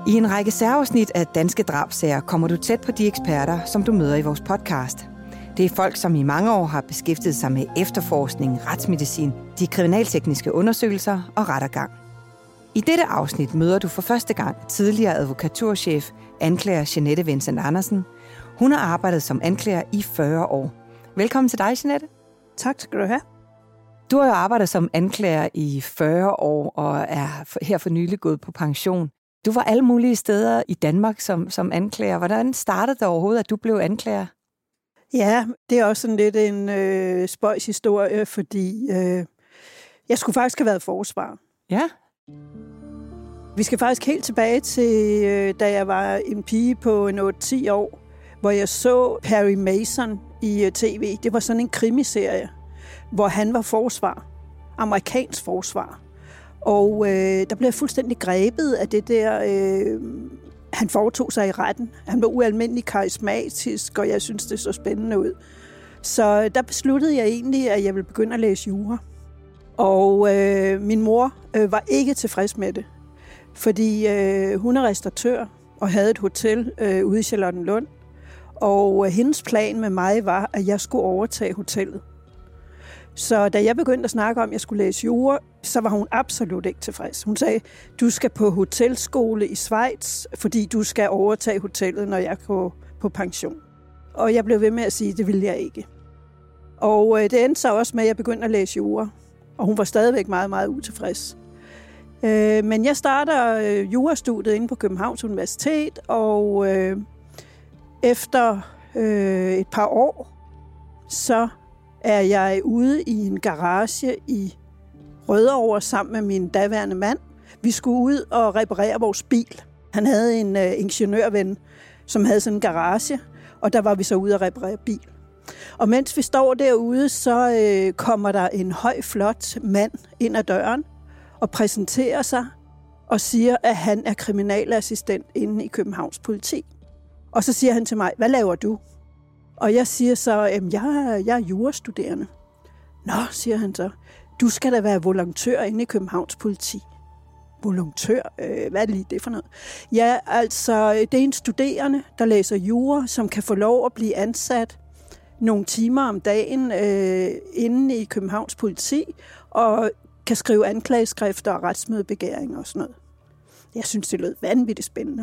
I en række særafsnit af Danske Drabsager kommer du tæt på de eksperter, som du møder i vores podcast. Det er folk, som i mange år har beskæftiget sig med efterforskning, retsmedicin, de kriminaltekniske undersøgelser og rettergang. I dette afsnit møder du for første gang tidligere advokaturchef, anklager Jeanette Vincent Andersen. Hun har arbejdet som anklager i 40 år. Velkommen til dig, Jeanette. Tak skal du have. Du har jo arbejdet som anklager i 40 år og er her for nylig gået på pension. Du var alle mulige steder i Danmark som anklager. Hvordan startede det overhovedet, at du blev anklager? Ja, det er også sådan lidt en spøjs historie, fordi jeg skulle faktisk have været forsvarer. Ja. Vi skal faktisk helt tilbage til, da jeg var en pige på 8-10 år, hvor jeg så Perry Mason i tv. Det var sådan en krimiserie, hvor han var forsvar. Amerikansk forsvar. Og der blev jeg fuldstændig grebet af det der, han foretog sig i retten. Han var ualmindelig karismatisk, og jeg synes, det så spændende ud. Så der besluttede jeg egentlig, at jeg ville begynde at læse jura. Og min mor var ikke tilfreds med det, fordi hun er restauratør og havde et hotel ude i Charlottenlund. Og hendes plan med mig var, at jeg skulle overtage hotellet. Så da jeg begyndte at snakke om, at jeg skulle læse jura, så var hun absolut ikke tilfreds. Hun sagde, du skal på hotelskole i Schweiz, fordi du skal overtage hotellet, når jeg går på pension. Og jeg blev ved med at sige, at det ville jeg ikke. Og det endte så også med, at jeg begyndte at læse jura. Og hun var stadigvæk meget, meget utilfreds. Men jeg starter jurastudiet inde på Københavns Universitet, og efter et par år, så er jeg ude i en garage i Rødovre sammen med min daværende mand. Vi skulle ud og reparere vores bil. Han havde en ingeniørven, som havde sådan en garage, og der var vi så ude og reparere bil. Og mens vi står derude, så kommer der en høj, flot mand ind ad døren og præsenterer sig og siger, at han er kriminalassistent inde i Københavns politi. Og så siger han til mig, hvad laver du? Og jeg siger så, at jeg er jurastuderende. Nå, siger han så, du skal da være volontør inde i Københavns politi. Volontør? Hvad er lige det for noget? Ja, altså, det er en studerende, der læser jura, som kan få lov at blive ansat nogle timer om dagen inde i Københavns politi, og kan skrive anklageskrifter og retsmødebegæringer og sådan noget. Jeg synes, det lød vanvittigt spændende.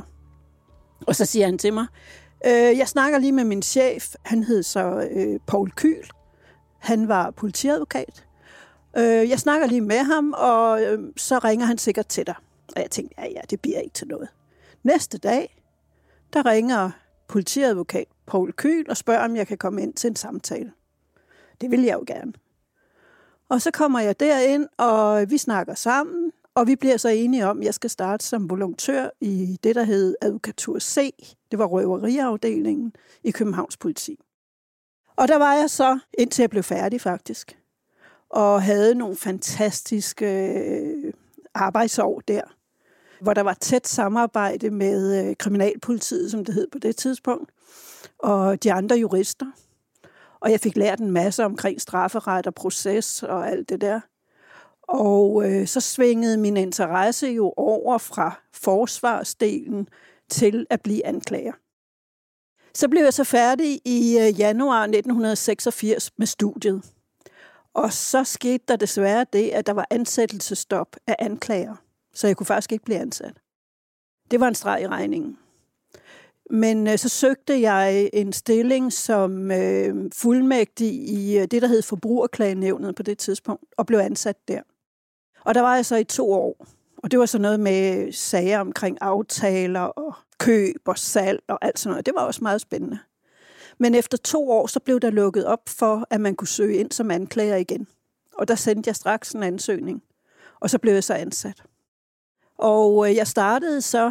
Og så siger han til mig, jeg snakker lige med min chef, han hed så Poul Kyhl, han var politiadvokat. Jeg snakker lige med ham, og så ringer han sikkert til dig. Og jeg tænkte, ja, det bliver ikke til noget. Næste dag, der ringer politiadvokat Poul Kyhl og spørger, om jeg kan komme ind til en samtale. Det vil jeg jo gerne. Og så kommer jeg derind, og vi snakker sammen, og vi bliver så enige om, at jeg skal starte som volontør i det, der hed Advokatur C. Det var røveriafdelingen i Københavns politi. Og der var jeg så, indtil jeg blev færdig faktisk, og havde nogle fantastiske arbejdsår der, hvor der var tæt samarbejde med kriminalpolitiet, som det hed på det tidspunkt, og de andre jurister. Og jeg fik lært en masse omkring strafferet og proces og alt det der. Og så svingede min interesse jo over fra forsvarsdelen til at blive anklager. Så blev jeg så færdig i januar 1986 med studiet. Og så skete der desværre det, at der var ansættelsesstop af anklager. Så jeg kunne faktisk ikke blive ansat. Det var en streg i regningen. Men så søgte jeg en stilling som fuldmægtig i det, der hed Forbrugerklagenævnet på det tidspunkt, og blev ansat der. Og der var jeg så i 2 år. Og det var så noget med sager omkring aftaler og køb og salg og alt sådan noget. Det var også meget spændende. Men efter 2 år, så blev der lukket op for, at man kunne søge ind som anklager igen. Og der sendte jeg straks en ansøgning. Og så blev jeg så ansat. Og jeg startede så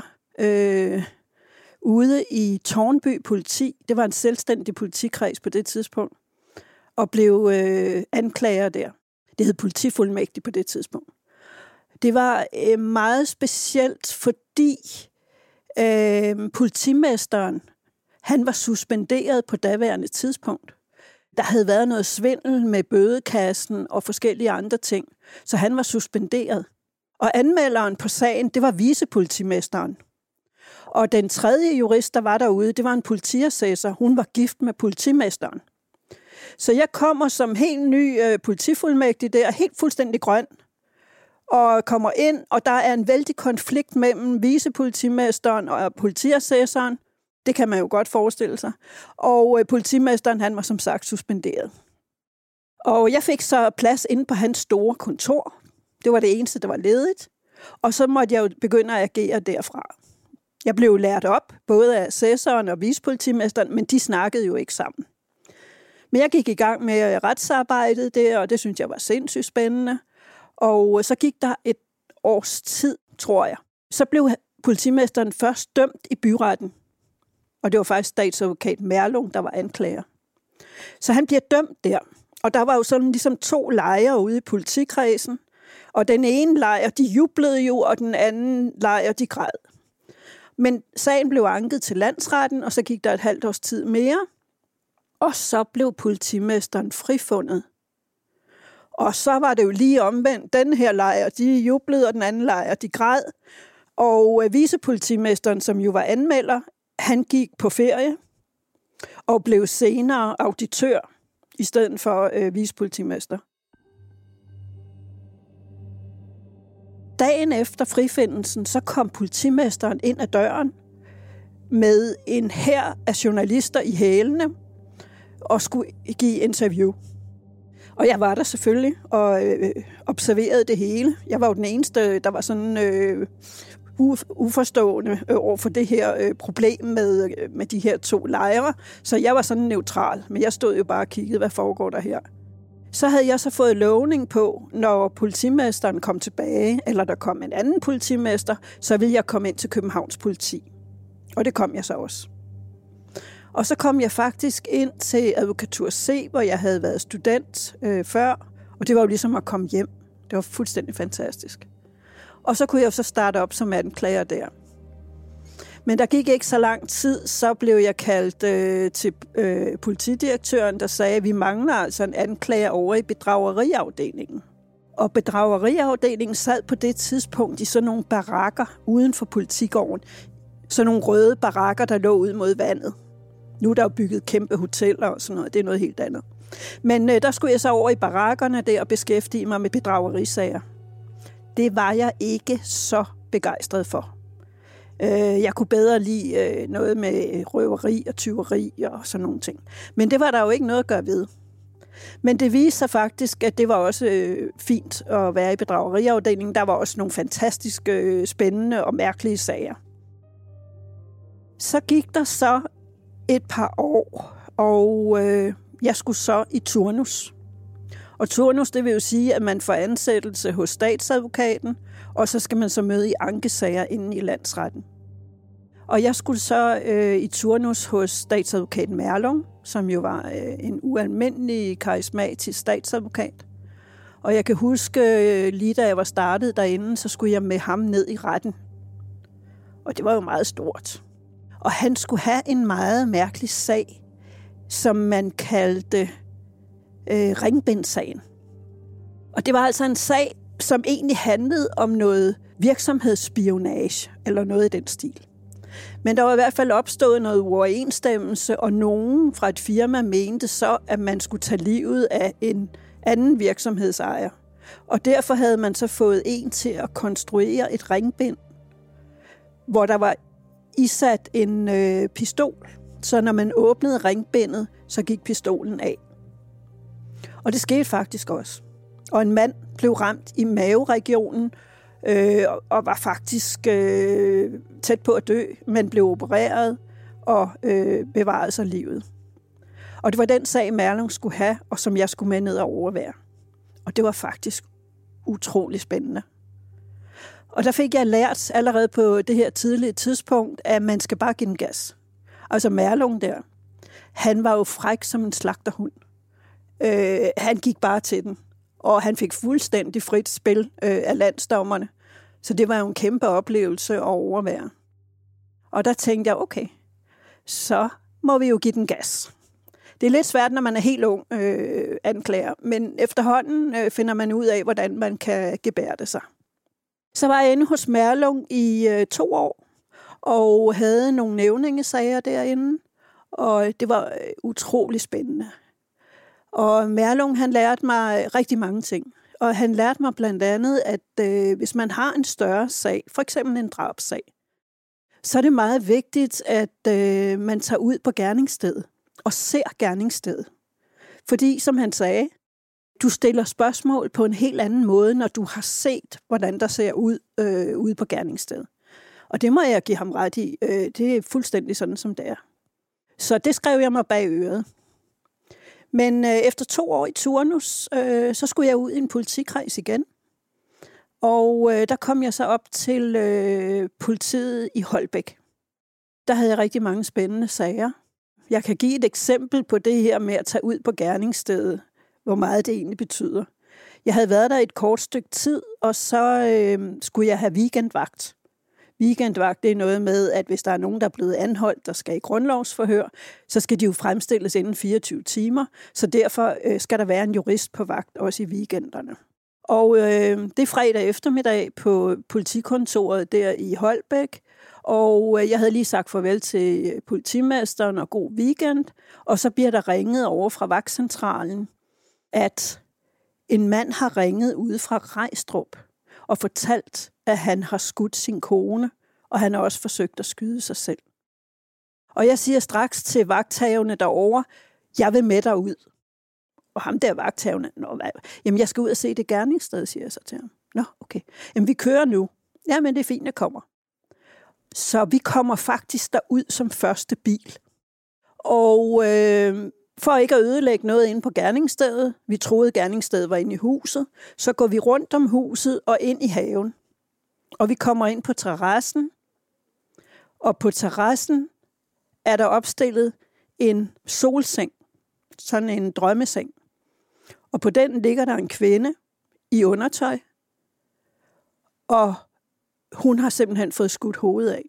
ude i Tårnby politi. Det var en selvstændig politikreds på det tidspunkt. Og blev anklager der. Det hed politifuldmægtig på det tidspunkt. Det var meget specielt, fordi politimesteren, han var suspenderet på daværende tidspunkt. Der havde været noget svindel med bødekassen og forskellige andre ting, så han var suspenderet. Og anmelderen på sagen, det var vicepolitimesteren. Og den tredje jurist, der var derude, det var en politiassessor. Hun var gift med politimesteren. Så jeg kommer som helt ny politifuldmægtig der, helt fuldstændig grøn, og kommer ind, og der er en vældig konflikt mellem vicepolitimesteren og politiassessoren. Det kan man jo godt forestille sig. Og politimesteren, han var som sagt suspenderet. Og jeg fik så plads inde på hans store kontor. Det var det eneste, der var ledigt. Og så måtte jeg jo begynde at agere derfra. Jeg blev lært op, både af assessoren og vicepolitimesteren, men de snakkede jo ikke sammen. Men jeg gik i gang med retsarbejdet der, og det synes jeg var sindssygt spændende. Og så gik der et års tid, tror jeg. Så blev politimesteren først dømt i byretten. Og det var faktisk statsadvokat Merlung, der var anklager. Så han bliver dømt der. Og der var jo sådan ligesom 2 lejre ude i politikredsen. Og den ene lejr, de jublede jo, og den anden lejr, de græd. Men sagen blev anket til landsretten, og så gik der et halvt års tid mere. Og så blev politimesteren frifundet. Og så var det jo lige omvendt. Den her lejr, de jublede, og den anden lejr, de græd. Og vicepolitimesteren, som jo var anmelder, han gik på ferie og blev senere auditør i stedet for vicepolitimester. Dagen efter frifindelsen, så kom politimesteren ind ad døren med en hær af journalister i hælene og skulle give interview. Og jeg var der selvfølgelig og observerede det hele. Jeg var jo den eneste, der var sådan uforstående over for det her problem med de her 2 lejre. Så jeg var sådan neutral, men jeg stod jo bare og kiggede, hvad foregår der her. Så havde jeg så fået lovning på, når politimesteren kom tilbage, eller der kom en anden politimester, så ville jeg komme ind til Københavns politi. Og det kom jeg så også. Og så kom jeg faktisk ind til Advokatur C, hvor jeg havde været student før, og det var jo ligesom at komme hjem. Det var fuldstændig fantastisk. Og så kunne jeg jo så starte op som anklager der. Men der gik ikke så lang tid, så blev jeg kaldt til politidirektøren, der sagde, at vi mangler altså en anklager over i bedrageriafdelingen. Og bedrageriafdelingen sad på det tidspunkt i sådan nogle barakker uden for politigården. Sådan nogle røde barakker, der lå ud mod vandet. Nu er der jo bygget kæmpe hoteller og sådan noget. Det er noget helt andet. Men der skulle jeg så over i barakkerne der og beskæftige mig med bedragerisager. Det var jeg ikke så begejstret for. Jeg kunne bedre lide noget med røveri og tyveri og sådan nogle ting. Men det var der jo ikke noget at gøre ved. Men det viste sig faktisk, at det var også fint at være i bedrageriafdelingen. Der var også nogle fantastisk spændende og mærkelige sager. Så gik der så et par år, og jeg skulle så i turnus. Og turnus, det vil jo sige, at man får ansættelse hos statsadvokaten, og så skal man så møde i ankesager inde i landsretten. Og jeg skulle så i turnus hos statsadvokaten Merlung, som jo var en ualmindelig karismatisk statsadvokat. Og jeg kan huske, lige da jeg var startet derinde, så skulle jeg med ham ned i retten. Og det var jo meget stort. Og han skulle have en meget mærkelig sag, som man kaldte ringbindsagen. Og det var altså en sag, som egentlig handlede om noget virksomhedsspionage, eller noget i den stil. Men der var i hvert fald opstået noget uoverensstemmelse, og nogen fra et firma mente så, at man skulle tage livet af en anden virksomhedsejer. Og derfor havde man så fået en til at konstruere et ringbind, hvor der var isat en pistol. Så når man åbnede ringbindet, så gik pistolen af. Og det skete faktisk også. Og en mand blev ramt i maveregionen, og var faktisk tæt på at dø, men blev opereret og bevarede sig livet. Og det var den sag, Merlung skulle have, og som jeg skulle med ned og overvære. Og det var faktisk utrolig spændende. Og der fik jeg lært allerede på det her tidlige tidspunkt, at man skal bare give den gas. Altså Merlung der, han var jo fræk som en slagterhund. Han gik bare til den, og han fik fuldstændig frit spil af landsdommerne. Så det var jo en kæmpe oplevelse at overvære. Og der tænkte jeg, okay, så må vi jo give den gas. Det er lidt svært, når man er helt ung anklager, men efterhånden finder man ud af, hvordan man kan gebærde sig. Så var jeg inde hos Merlung i 2 år, og havde nogle nævningesager derinde, og det var utrolig spændende. Og Merlung, han lærte mig rigtig mange ting. Og han lærte mig blandt andet, at hvis man har en større sag, for eksempel en drabssag, så er det meget vigtigt, at man tager ud på gerningsstedet og ser gerningsstedet. Fordi, som han sagde, du stiller spørgsmål på en helt anden måde, når du har set, hvordan der ser ud ude på gerningsstedet. Og det må jeg give ham ret i. Det er fuldstændig sådan, som det er. Så det skrev jeg mig bag øret. Men efter 2 år i turnus, så skulle jeg ud i en politikreds igen. Og der kom jeg så op til politiet i Holbæk. Der havde jeg rigtig mange spændende sager. Jeg kan give et eksempel på det her med at tage ud på gerningsstedet, hvor meget det egentlig betyder. Jeg havde været der et kort stykke tid, og så skulle jeg have weekendvagt. Weekendvagt, det er noget med, at hvis der er nogen, der er blevet anholdt, der skal i grundlovsforhør, så skal de jo fremstilles inden 24 timer, så derfor skal der være en jurist på vagt, også i weekenderne. Og det er fredag eftermiddag på politikontoret der i Holbæk, og jeg havde lige sagt farvel til politimesteren og god weekend, og så bliver der ringet over fra vagtcentralen, at en mand har ringet ude fra Rejstrup og fortalt, at han har skudt sin kone, og han har også forsøgt at skyde sig selv. Og jeg siger straks til vagthaverne derovre, jeg vil med derud. Og ham der vagthaverne, jamen jeg skal ud og se det gerningssted, siger jeg så til ham. Nå, okay. Jamen vi kører nu. Jamen det er fint, jeg kommer. Så vi kommer faktisk derud som første bil. Og for ikke at ødelægge noget inde på gerningsstedet, vi troede gerningsstedet var inde i huset, så går vi rundt om huset og ind i haven. Og vi kommer ind på terrassen, og på terrassen er der opstillet en solseng, sådan en drømmeseng. Og på den ligger der en kvinde i undertøj, og hun har simpelthen fået skudt hovedet af.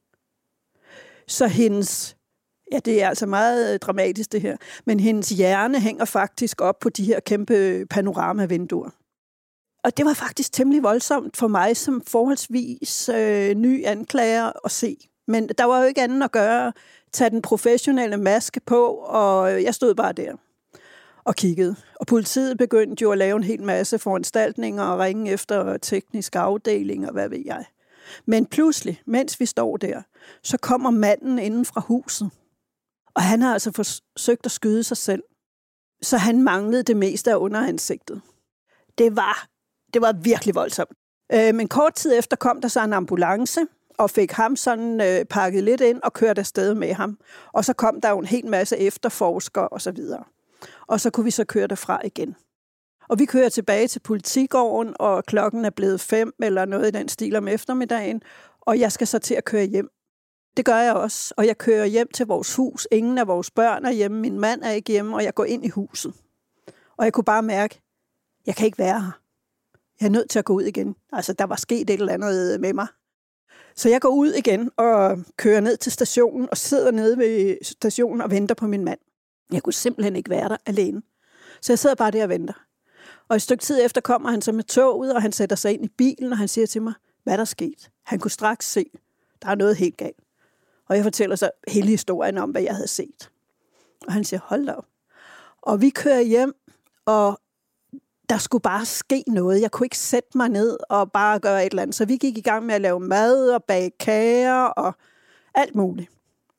Så hendes, ja det er altså meget dramatisk det her, men hendes hjerne hænger faktisk op på de her kæmpe panoramavinduer. Og det var faktisk temmelig voldsomt for mig som forholdsvis ny anklager at se. Men der var jo ikke andet at gøre, tage den professionelle maske på, og jeg stod bare der og kiggede. Og politiet begyndte jo at lave en hel masse foranstaltninger og ringe efter teknisk afdeling og hvad ved jeg. Men pludselig, mens vi står der, så kommer manden inden fra huset. Og han har altså forsøgt at skyde sig selv. Så han manglede det meste af underansigtet. Det var virkelig voldsomt. Men kort tid efter kom der så en ambulance, og fik ham sådan pakket lidt ind og kørte afsted med ham. Og så kom der jo en hel masse efterforskere og så videre. Og så kunne vi så køre derfra igen. Og vi kører tilbage til politigården, og klokken er blevet 5 eller noget i den stil om eftermiddagen, og jeg skal så til at køre hjem. Det gør jeg også, og jeg kører hjem til vores hus. Ingen af vores børn er hjemme, min mand er ikke hjemme, og jeg går ind i huset. Og jeg kunne bare mærke, jeg kan ikke være her. Jeg er nødt til at gå ud igen. Altså, der var sket et eller andet med mig. Så jeg går ud igen og kører ned til stationen og sidder nede ved stationen og venter på min mand. Jeg kunne simpelthen ikke være der alene. Så jeg sidder bare der og venter. Og et stykke tid efter kommer han så med toget, og han sætter sig ind i bilen, og han siger til mig, hvad der er sket. Han kunne straks se, der er noget helt galt. Og jeg fortæller så hele historien om, hvad jeg havde set. Og han siger, hold da op. Og vi kører hjem, og der skulle bare ske noget. Jeg kunne ikke sætte mig ned og bare gøre et eller andet. Så vi gik i gang med at lave mad og bage kager og alt muligt.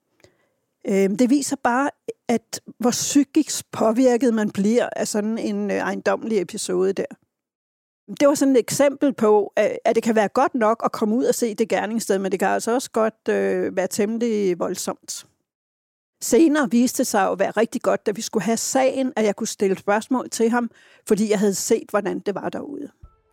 Det viser bare, at hvor psykisk påvirket man bliver af sådan en ejendommelig episode der. Det var sådan et eksempel på, at det kan være godt nok at komme ud og se det gerningssted, men det kan altså også godt være temmelig voldsomt. Senere viste det sig at være rigtig godt, da vi skulle have sagen, at jeg kunne stille spørgsmål til ham, fordi jeg havde set, hvordan det var derude.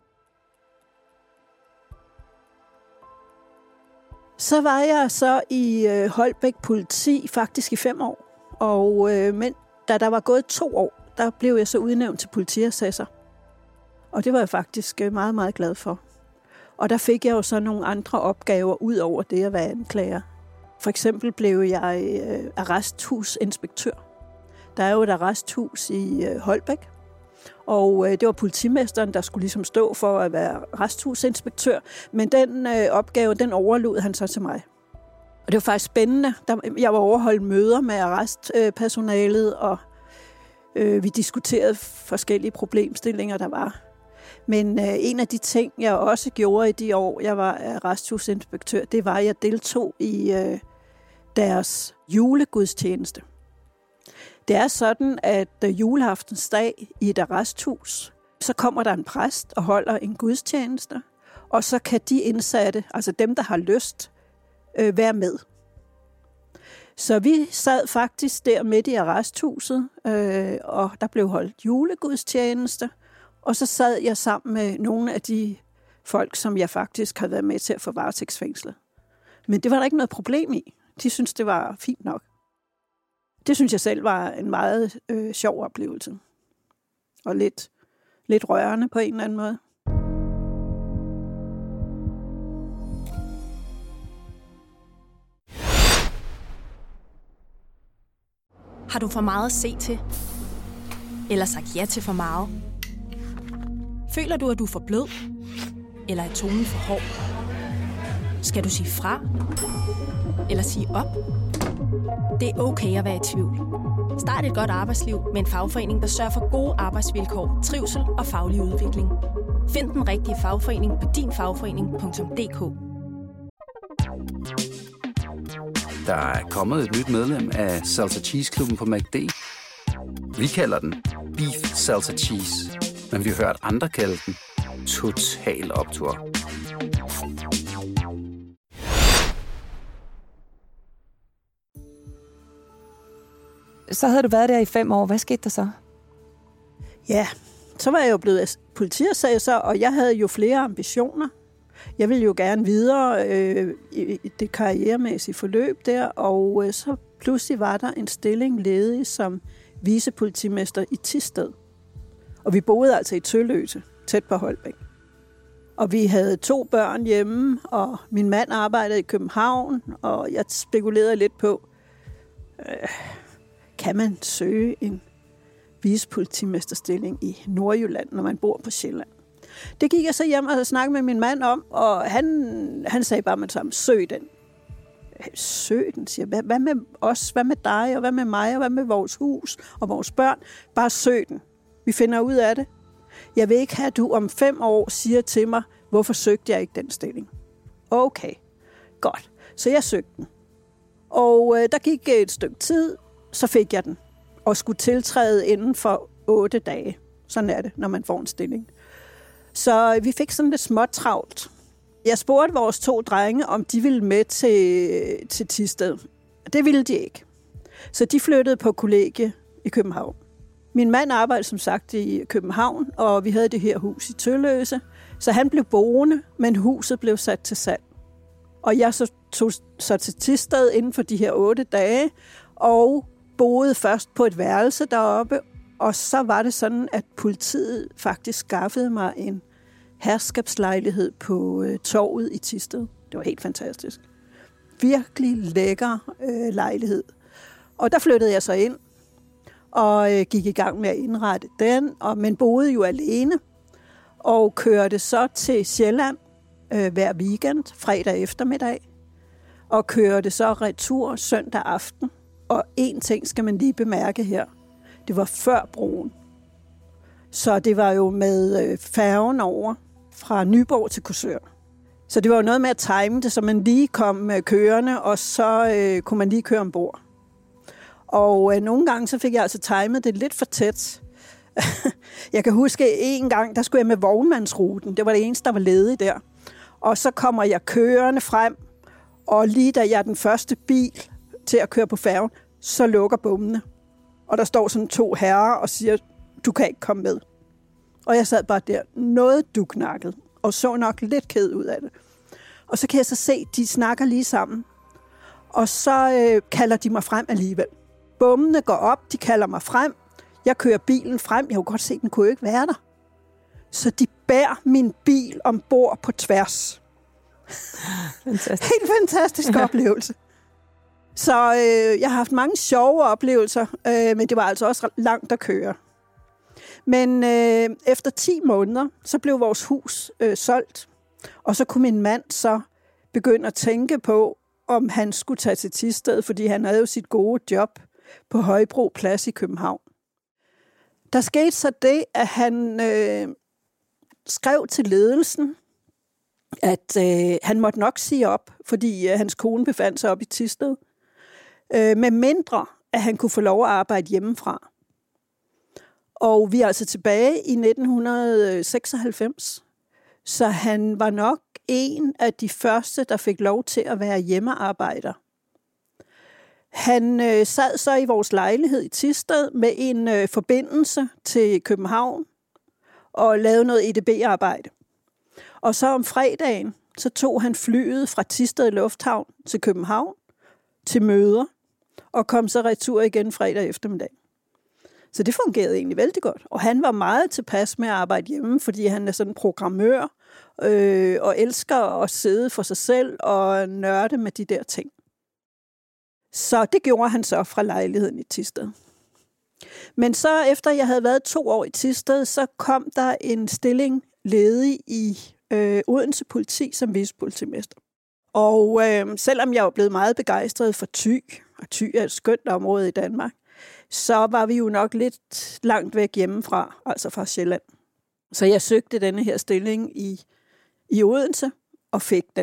Så var jeg så i Holbæk politi faktisk i 5 år, og men da der var gået 2 år, der blev jeg så udnævnt til politiassessor. Og det var jeg faktisk meget, meget glad for. Og der fik jeg jo så nogle andre opgaver ud over det at være anklager. For eksempel blev jeg arresthusinspektør. Der er jo et arresthus i Holbæk, og det var politimesteren, der skulle ligesom stå for at være arresthusinspektør, men den opgave, den overlod han så til mig. Og det var faktisk spændende. Jeg var overholdt møder med arrestpersonalet, og vi diskuterede forskellige problemstillinger, der var. Men en af de ting, jeg også gjorde i de år, jeg var arresthusinspektør, det var, at jeg deltog i deres julegudstjeneste. Det er sådan, at juleaftensdag i et arresthus, så kommer der en præst og holder en gudstjeneste, og så kan de indsatte, altså dem, der har lyst, være med. Så vi sad faktisk der midt i arresthuset, og der blev holdt julegudstjeneste, og så sad jeg sammen med nogle af de folk, som jeg faktisk havde været med til at få varetægtsfængslet. Men det var der ikke noget problem i. De syntes, det var fint nok. Det synes jeg selv var en meget sjov oplevelse. Og lidt rørende på en eller anden måde. Har du for meget at se til? Eller sagt ja til for meget? Føler du, at du er for blød? Eller er tonen for hård? Skal du sige fra? Eller sige op? Det er okay at være i tvivl. Start et godt arbejdsliv med en fagforening, der sørger for gode arbejdsvilkår, trivsel og faglig udvikling. Find den rigtige fagforening på dinfagforening.dk. Der er kommet et nyt medlem af Salsa Cheese Klubben på McD. Vi kalder den Beef Salsa Cheese, men vi har hørt andre kalde den Total Optur. Så havde du været der i 5 år. Hvad skete der så? Ja, så var jeg jo blevet politiassessor, og jeg havde jo flere ambitioner. Jeg ville jo gerne videre i det karrieremæssige forløb der, og så pludselig var der en stilling ledig som vicepolitimester i Thisted. Og vi boede altså i Tølløse, tæt på Holbæk. Og vi havde 2 børn hjemme, og min mand arbejdede i København, og jeg spekulerede lidt på, kan man søge en vicepolitimesterstilling i Nordjylland, når man bor på Sjælland? Det gik jeg så hjem og snakkede med min mand om, og han sagde bare med sammen, søg den. Søg den, siger jeg. Hvad med os? Hvad med dig? Og hvad med mig? Og hvad med vores hus og vores børn? Bare søg den. Vi finder ud af det. Jeg vil ikke have, at du om 5 år siger til mig, hvorfor søgte jeg ikke den stilling? Okay, godt. Så jeg søgte den. Og der gik et stykke tid, så fik jeg den. Og skulle tiltræde inden for 8 dage. Sådan er det, når man får en stilling. Så vi fik sådan lidt småt travlt. Jeg spurgte vores 2 drenge, om de ville med til Thisted. Det ville de ikke. Så de flyttede på kollegie i København. Min mand arbejdede som sagt i København, og vi havde det her hus i Tølløse. Så han blev boende, men huset blev sat til salg. Og jeg tog til Thisted inden for de her 8 dage, og boede først på et værelse deroppe, og så var det sådan, at politiet faktisk skaffede mig en herskabslejlighed på torvet i Thisted. Det var helt fantastisk. Virkelig lækker lejlighed. Og der flyttede jeg så ind, og gik i gang med at indrette den, men boede jo alene, og kørte så til Sjælland hver weekend, fredag eftermiddag, og kørte så retur søndag aften. Og en ting skal man lige bemærke her. Det var før broen. Så det var jo med færgen over fra Nyborg til Korsør. Så det var jo noget med at time det, så man lige kom kørende, og så kunne man lige køre ombord. Og nogle gange så fik jeg altså timet det lidt for tæt. Jeg kan huske en gang, der skulle jeg med vognmandsruten. Det var det eneste, der var ledigt der. Og så kommer jeg kørende frem, og lige da jeg er den første bil til at køre på færgen, så lukker bommene. Og der står sådan 2 herrer og siger, du kan ikke komme med. Og jeg sad bare der, noget duknakket, og så nok lidt ked ud af det. Og så kan jeg så se, de snakker lige sammen. Og så kalder de mig frem alligevel. Bommene går op, de kalder mig frem. Jeg kører bilen frem. Jeg kunne godt se, den kunne jo ikke være der. Så de bærer min bil ombord på tværs. Fantastisk. Helt fantastisk oplevelse. Så jeg har haft mange sjove oplevelser, men det var altså også langt at køre. Men efter 10 måneder, så blev vores hus solgt. Og så kunne min mand så begynde at tænke på, om han skulle tage til Thisted, fordi han havde jo sit gode job på Højbro Plads i København. Der skete så det, at han skrev til ledelsen, at han måtte nok sige op, fordi hans kone befandt sig op i Thisted, med mindre, at han kunne få lov at arbejde hjemmefra. Og vi er altså tilbage i 1996, så han var nok en af de første, der fik lov til at være hjemmearbejder. Han sad så i vores lejlighed i Thisted med en forbindelse til København og lavede noget EDB-arbejde. Og så om fredagen, så tog han flyet fra Thisted Lufthavn til København til møder og kom så retur igen fredag eftermiddag. Så det fungerede egentlig vældig godt. Og han var meget tilpas med at arbejde hjemme, fordi han er sådan en programmør og elsker at sidde for sig selv og nørde med de der ting. Så det gjorde han så fra lejligheden i Thisted. Men så efter jeg havde været 2 år i Thisted, så kom der en stilling ledig i Odense Politi som vicepolitimester. Og selvom jeg var blevet meget begejstret for Thy, og Thy er et skønt område i Danmark, så var vi jo nok lidt langt væk hjemmefra, altså fra Sjælland. Så jeg søgte denne her stilling i Odense og fik den.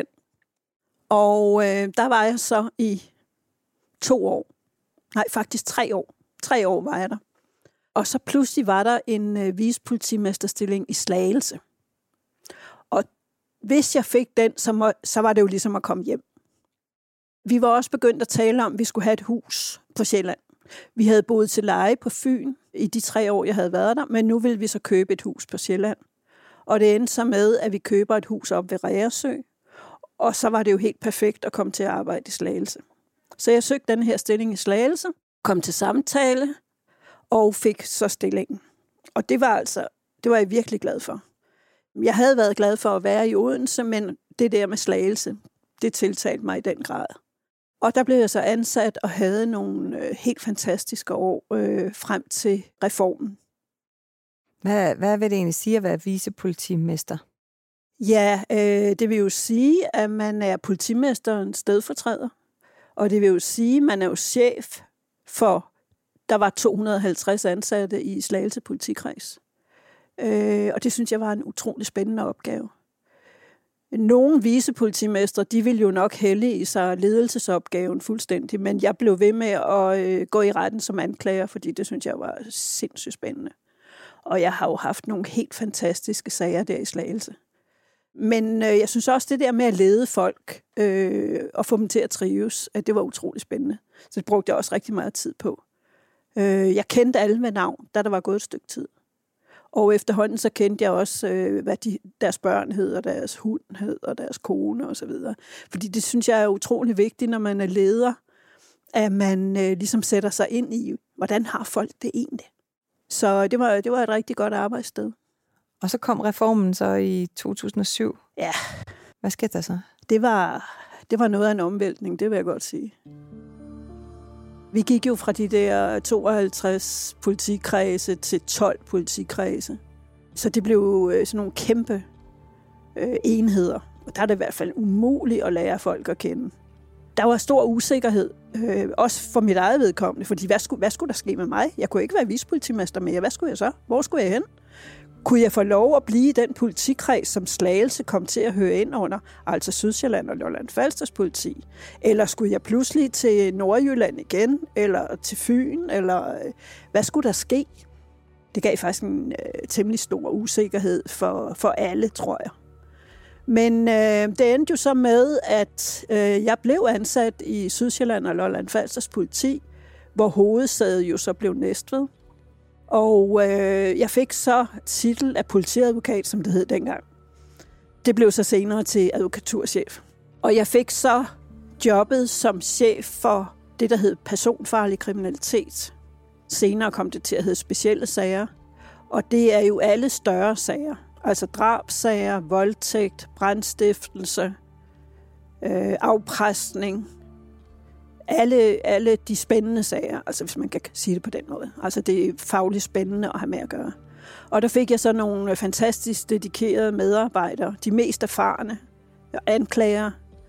Og der var jeg så i 2 år. Nej, faktisk 3 år. 3 år var jeg der. Og så pludselig var der en vicepolitimesterstilling i Slagelse. Og hvis jeg fik den, så var det jo ligesom at komme hjem. Vi var også begyndt at tale om, at vi skulle have et hus på Sjælland. Vi havde boet til leje på Fyn i de 3 år, jeg havde været der, men nu ville vi så købe et hus på Sjælland. Og det endte så med, at vi køber et hus op ved Reersø, og så var det jo helt perfekt at komme til at arbejde i Slagelse. Så jeg søgte den her stilling i Slagelse, kom til samtale og fik så stillingen. Og det var jeg virkelig glad for. Jeg havde været glad for at være i Odense, men det der med Slagelse, det tiltalte mig i den grad. Og der blev jeg så ansat og havde nogle helt fantastiske år frem til reformen. Hvad vil det egentlig sige at være vicepolitimester? Ja, det vil jo sige, at man er politimesterens stedfortræder. Og det vil jo sige, at man er jo chef for, der var 250 ansatte i Slagelse politikreds. Og det synes jeg var en utrolig spændende opgave. Nogle vicepolitimestre, de ville jo nok hellige sig ledelsesopgaven fuldstændig, men jeg blev ved med at gå i retten som anklager, fordi det synes jeg var sindssygt spændende. Og jeg har jo haft nogle helt fantastiske sager der i Slagelse. Men jeg synes også, det der med at lede folk og få dem til at trives, at det var utrolig spændende. Så det brugte jeg også rigtig meget tid på. Jeg kendte alle med navn, da der var gået et stykke tid. Og efterhånden så kendte jeg også, hvad deres børn hed, og deres hund hed, og deres kone osv. Fordi det synes jeg er utrolig vigtigt, når man er leder, at man ligesom sætter sig ind i, hvordan har folk det egentlig. Så det var et rigtig godt arbejdssted. Og så kom reformen så i 2007. Ja. Hvad skete der så? Det var noget af en omvæltning, det vil jeg godt sige. Vi gik jo fra de der 52 politikredse til 12 politikredse. Så det blev sådan nogle kæmpe enheder. Og der er det i hvert fald umuligt at lære folk at kende. Der var stor usikkerhed, også for mit eget vedkommende, fordi hvad skulle der ske med mig? Jeg kunne ikke være vicepolitimester mere. Hvad skulle jeg så? Hvor skulle jeg hen? Kunne jeg få lov at blive den politikreds, som Slagelse kom til at høre ind under, altså Sydsjælland og Lolland-Falsters politi? Eller skulle jeg pludselig til Nordjylland igen, eller til Fyn, eller hvad skulle der ske? Det gav faktisk en temmelig stor usikkerhed for alle, tror jeg. Men det endte jo så med, at jeg blev ansat i Sydsjælland og Lolland-Falsters politi, hvor hovedsædet jo så blev Næstved. Og jeg fik så titel af politiadvokat, som det hed dengang. Det blev så senere til advokaturchef. Og jeg fik så jobbet som chef for det, der hed personfarlig kriminalitet. Senere kom det til at hedde specielle sager. Og det er jo alle større sager. Altså drabssager, voldtægt, brandstiftelse, afpresning. Alle de spændende sager, altså hvis man kan sige det på den måde. Altså det er fagligt spændende at have med at gøre. Og der fik jeg så nogle fantastisk dedikerede medarbejdere, de mest erfarne anklagere.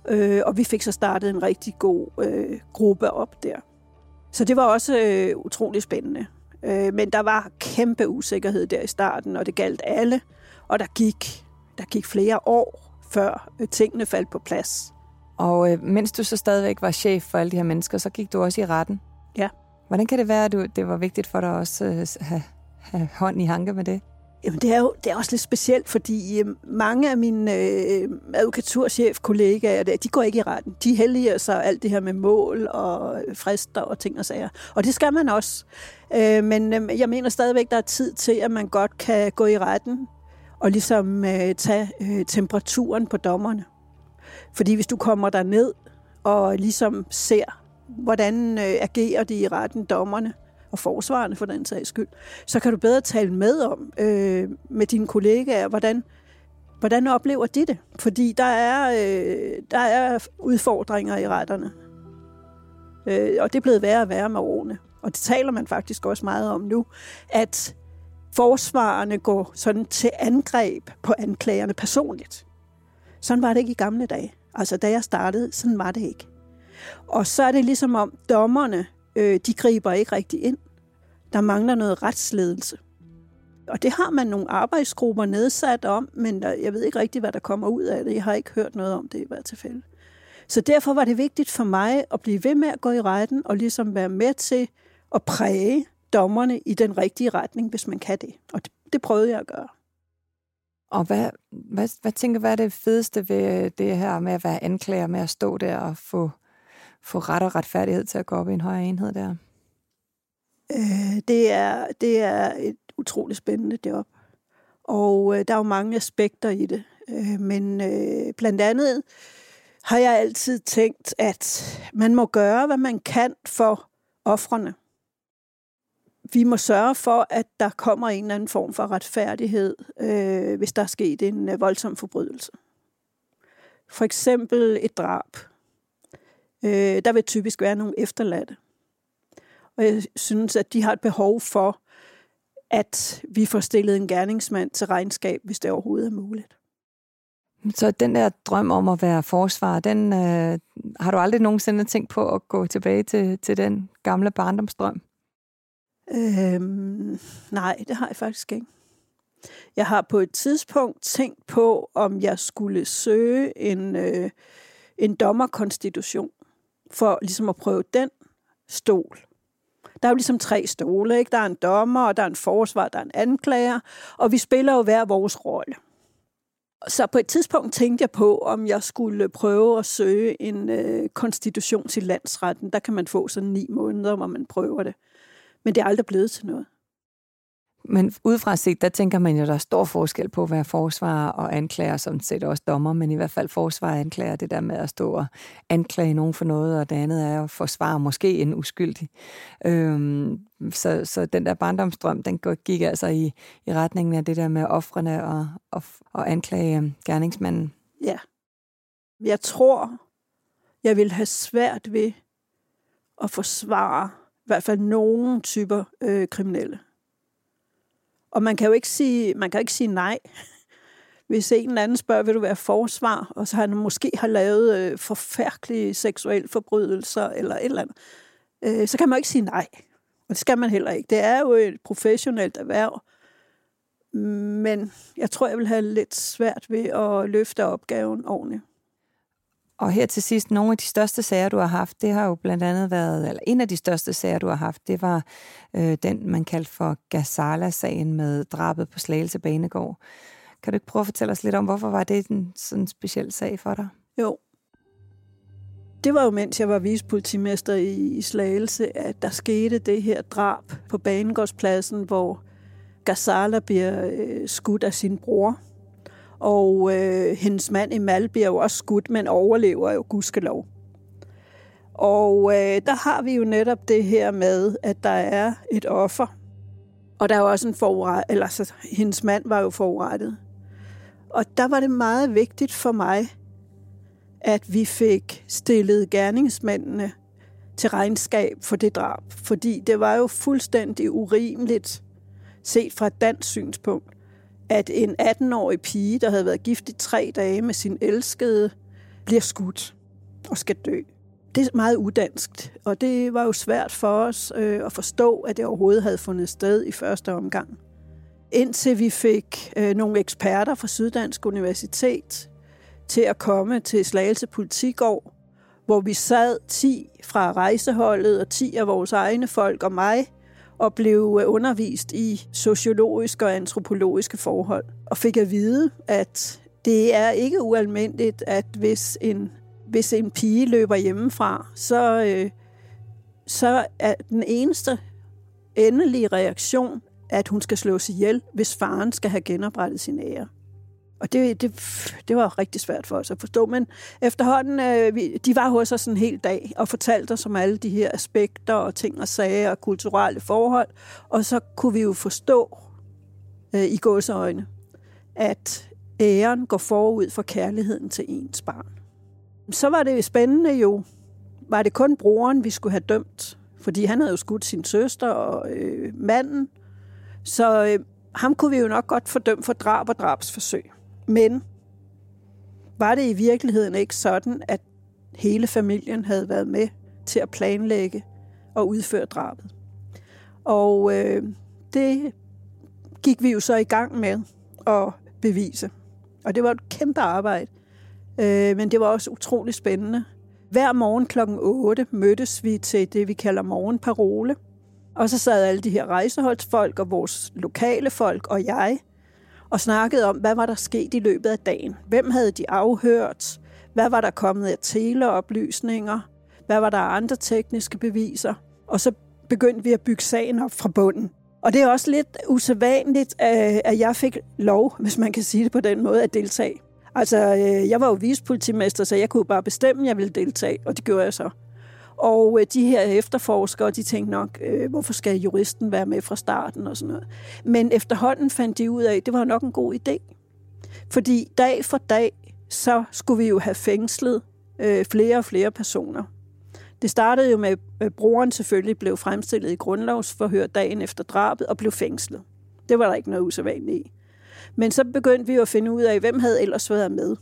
Og vi fik så startet en rigtig god gruppe op der. Så det var også utrolig spændende. Men der var kæmpe usikkerhed der i starten, og det galt alle. Og der gik flere år, før tingene faldt på plads. Og mens du så stadigvæk var chef for alle de her mennesker, så gik du også i retten. Ja. Hvordan kan det være, at det var vigtigt for dig også at have hånd i hanke med det? Jamen, det er også lidt specielt, fordi mange af mine advokaturchef-kollegaer, de går ikke i retten. De helliger sig alt det her med mål og frister og ting og sager. Og det skal man også. Men jeg mener stadigvæk, der er tid til, at man godt kan gå i retten og ligesom tage temperaturen på dommerne. Fordi hvis du kommer derned og ligesom ser, hvordan agerer de i retten, dommerne, og forsvarerne for den sags skyld, så kan du bedre tale med dine kollegaer, hvordan oplever de det? Fordi der er udfordringer i retterne. Og det er blevet værre og værre med årene. Og det taler man faktisk også meget om nu, at forsvarerne går sådan til angreb på anklagerne personligt. Sådan var det ikke i gamle dage. Altså, da jeg startede, sådan var det ikke. Og så er det ligesom om dommerne, de griber ikke rigtig ind. Der mangler noget retsledelse. Og det har man nogle arbejdsgrupper nedsat om, men jeg ved ikke rigtig, hvad der kommer ud af det. Jeg har ikke hørt noget om det i hvert tilfælde. Så derfor var det vigtigt for mig at blive ved med at gå i retten og ligesom være med til at præge dommerne i den rigtige retning, hvis man kan det. Og det prøvede jeg at gøre. Og hvad tænker du, hvad er det fedeste ved det her med at være anklager, med at stå der og få ret og retfærdighed til at gå op i en højere enhed der? Det er et utroligt spændende job. Og der er jo mange aspekter i det. Men blandt andet har jeg altid tænkt, at man må gøre, hvad man kan for ofrene. Vi må sørge for, at der kommer en eller anden form for retfærdighed, hvis der er sket en voldsom forbrydelse. For eksempel et drab. Der vil typisk være nogle efterladte. Og jeg synes, at de har et behov for, at vi får stillet en gerningsmand til regnskab, hvis det overhovedet er muligt. Så den der drøm om at være forsvarer, den har du aldrig nogensinde tænkt på at gå tilbage til den gamle barndomsdrøm? Nej, det har jeg faktisk ikke. Jeg har på et tidspunkt tænkt på, om jeg skulle søge en dommerkonstitution, for ligesom at prøve den stol. Der er jo ligesom 3 stole, ikke? Der er en dommer, og der er en forsvar, der er en anklager, og vi spiller jo hver vores rolle. Så på et tidspunkt tænkte jeg på, om jeg skulle prøve at søge en konstitution til landsretten. Der kan man få sådan 9 måneder, hvor man prøver det. Men det er aldrig blevet til noget. Men udefra set, der tænker man jo, der er stor forskel på at være forsvarer og anklager, som set også dommer, men i hvert fald forsvarer og anklager, det der med at stå og anklage nogen for noget, og det andet er at forsvare måske en uskyldig. Så den der barndomsdrøm, den gik altså i retningen af det der med ofrene og anklage gerningsmanden. Ja. Jeg tror, jeg vil have svært ved at forsvare i hvert fald nogle typer kriminelle. Og man kan jo ikke sige nej. Hvis en eller anden spørger, vil du være forsvar, og så han måske har lavet forfærdelige seksuelle forbrydelser eller et eller andet, så kan man jo ikke sige nej. Og det skal man heller ikke. Det er jo et professionelt erhverv. Men jeg tror, jeg vil have lidt svært ved at løfte opgaven ordentligt. Og her til sidst, nogle af de største sager, du har haft, det har jo blandt andet været, eller en af de største sager, du har haft, det var den, man kaldte for Gazala-sagen med drabet på Slagelse Banegård. Kan du ikke prøve at fortælle os lidt om, hvorfor var det sådan en speciel sag for dig? Jo. Det var jo, mens jeg var vicepolitimester i Slagelse, at der skete det her drab på Banegårdspladsen, hvor Gazala bliver skudt af sin bror. Og hendes mand Emal bliver jo også skudt, men overlever jo gudskelov. Og der har vi jo netop det her med, at der er et offer. Og der er jo også en forurettet, eller så hendes mand var jo forurettet. Og der var det meget vigtigt for mig, at vi fik stillet gerningsmændene til regnskab for det drab. Fordi det var jo fuldstændig urimeligt, set fra et dansk synspunkt, at en 18-årig pige, der havde været gift i 3 dage med sin elskede, bliver skudt og skal dø. Det er meget udanskt, og det var jo svært for os at forstå, at det overhovedet havde fundet sted i første omgang. Indtil vi fik nogle eksperter fra Syddansk Universitet til at komme til Slagelse Politigård, hvor vi sad 10 fra rejseholdet og 10 af vores egne folk og mig, og blev undervist i sociologiske og antropologiske forhold. Og fik at vide, at det er ikke ualmindeligt, at hvis en pige løber hjemmefra, så er den eneste endelige reaktion, at hun skal slås ihjel, hvis faren skal have genoprettet sin ære. Og det var rigtig svært for os at forstå, men efterhånden, de var hos os en hel dag og fortalte os om alle de her aspekter og ting og sager og kulturelle forhold, og så kunne vi jo forstå i gåseøjne, at æren går forud for kærligheden til ens barn. Så var det spændende jo, var det kun broren, vi skulle have dømt, fordi han havde jo skudt sin søster og manden, så ham kunne vi jo nok godt få dømt for drab og drabsforsøg. Men var det i virkeligheden ikke sådan, at hele familien havde været med til at planlægge og udføre drabet? Og det gik vi jo så i gang med at bevise. Og det var et kæmpe arbejde, men det var også utrolig spændende. Hver morgen kl. 8 mødtes vi til det, vi kalder morgenparole. Og så sad alle de her rejseholdsfolk og vores lokale folk og jeg og snakkede om, hvad var der sket i løbet af dagen. Hvem havde de afhørt? Hvad var der kommet af teleoplysninger? Hvad var der af andre tekniske beviser? Og så begyndte vi at bygge sagen op fra bunden. Og det er også lidt usædvanligt, at jeg fik lov, hvis man kan sige det på den måde, at deltage. Altså, jeg var jo vicepolitimester, så jeg kunne bare bestemme, at jeg ville deltage, og det gjorde jeg så. Og de her efterforskere, de tænkte nok, hvorfor skal juristen være med fra starten og sådan noget. Men efterhånden fandt de ud af, at det var nok en god idé. Fordi dag for dag, så skulle vi jo have fængslet flere og flere personer. Det startede jo med, at broren selvfølgelig blev fremstillet i grundlovsforhør dagen efter drabet og blev fængslet. Det var der ikke noget usædvanligt i. Men så begyndte vi jo at finde ud af, hvem havde ellers været med.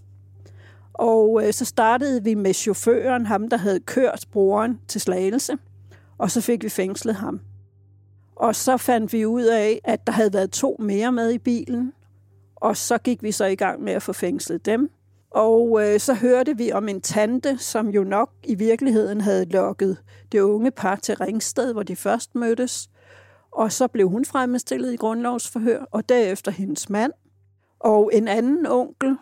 Og så startede vi med chaufføren, ham der havde kørt broren til Slagelse, og så fik vi fængslet ham. Og så fandt vi ud af, at der havde været 2 mere med i bilen, og så gik vi så i gang med at få fængslet dem. Og så hørte vi om en tante, som jo nok i virkeligheden havde lokket det unge par til Ringsted, hvor de først mødtes. Og så blev hun fremstillet i grundlovsforhør, og derefter hendes mand, og en anden onkel,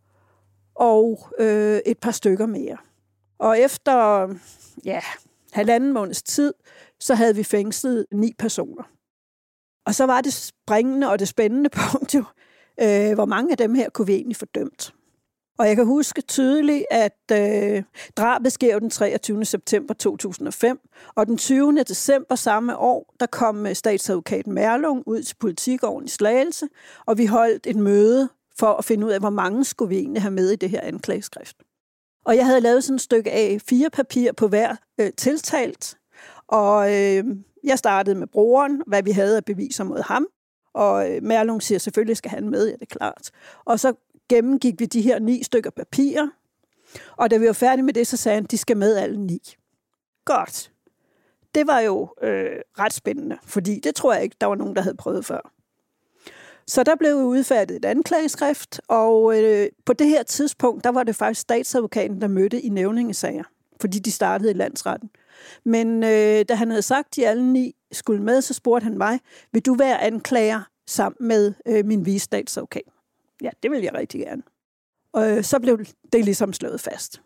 og et par stykker mere. Og efter 1,5 måneds tid, så havde vi fængslet 9 personer. Og så var det springende og det spændende punkt jo, hvor mange af dem her kunne vi egentlig få dømt. Og jeg kan huske tydeligt, at drabet sker den 23. september 2005, og den 20. december samme år, der kom statsadvokat Merlung ud til Politigården i Slagelse, og vi holdt et møde for at finde ud af, hvor mange skulle vi egentlig have med i det her anklageskrift. Og jeg havde lavet sådan et stykke A4-papir på hver tiltalt, og jeg startede med broren, hvad vi havde af beviser mod ham, og Merlung siger, selvfølgelig skal han med, ja, det er klart. Og så gennemgik vi de her 9 stykker papirer, og da vi var færdige med det, så sagde han, de skal med alle 9. Godt. Det var jo ret spændende, fordi det tror jeg ikke, der var nogen, der havde prøvet før. Så der blev udfærdiget et anklageskrift, og på det her tidspunkt, der var det faktisk statsadvokaten, der mødte i nævningesager, fordi de startede i landsretten. Men da han havde sagt, at de alle 9 skulle med, så spurgte han mig, vil du være anklager sammen med min vicestatsadvokat? Ja, det vil jeg rigtig gerne. Og så blev det ligesom slået fast.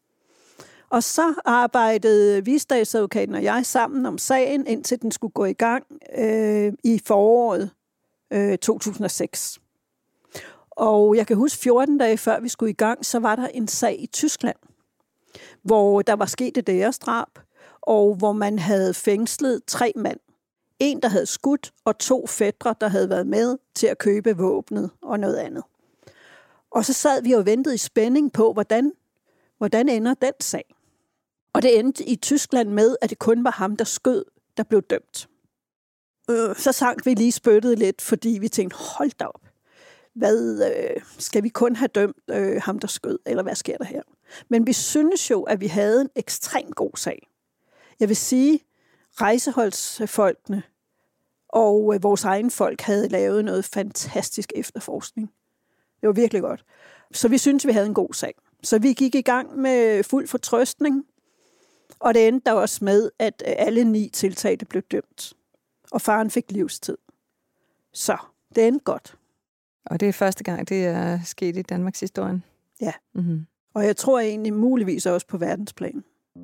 Og så arbejdede vicestatsadvokaten og jeg sammen om sagen, indtil den skulle gå i gang i foråret 2006. Og jeg kan huske 14 dage før vi skulle i gang, så var der en sag i Tyskland, hvor der var sket et æresdrab, og hvor man havde fængslet 3 mænd. En, der havde skudt, og 2 fætre, der havde været med til at købe våbnet og noget andet. Og så sad vi og ventede i spænding på, hvordan ender den sag. Og det endte i Tyskland med, at det kun var ham, der skød, der blev dømt. Så sank vi lige spyttet lidt, fordi vi tænkte, hold da op. Skal vi kun have dømt ham, der skød, eller hvad sker der her? Men vi synes jo, at vi havde en ekstremt god sag. Jeg vil sige, rejseholdsfolkene og vores egen folk havde lavet noget fantastisk efterforskning. Det var virkelig godt. Så vi synes, vi havde en god sag. Så vi gik i gang med fuld fortrøstning, og det endte der også med, at alle 9 tiltalte blev dømt. Og faren fik livstid. Så det endte godt. Og det er første gang, det er sket i Danmarks historie. Ja. Mm-hmm. Og jeg tror egentlig muligvis også på verdensplan.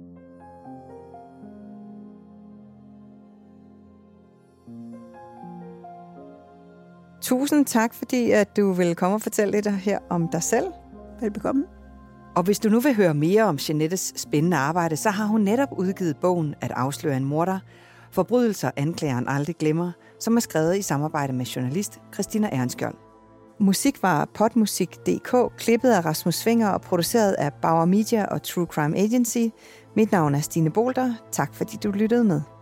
Tusind tak, fordi at du vil komme og fortælle lidt her om dig selv. Velbekomme. Og hvis du nu vil høre mere om Jeanettes spændende arbejde, så har hun netop udgivet bogen At afsløre en morder, Forbrydelser anklageren aldrig glemmer, som er skrevet i samarbejde med journalist Christina Ehrenskjold. Musik var podmusik.dk, klippet af Rasmus Svinger og produceret af Bauer Media og True Crime Agency. Mit navn er Stine Bolter. Tak fordi du lyttede med.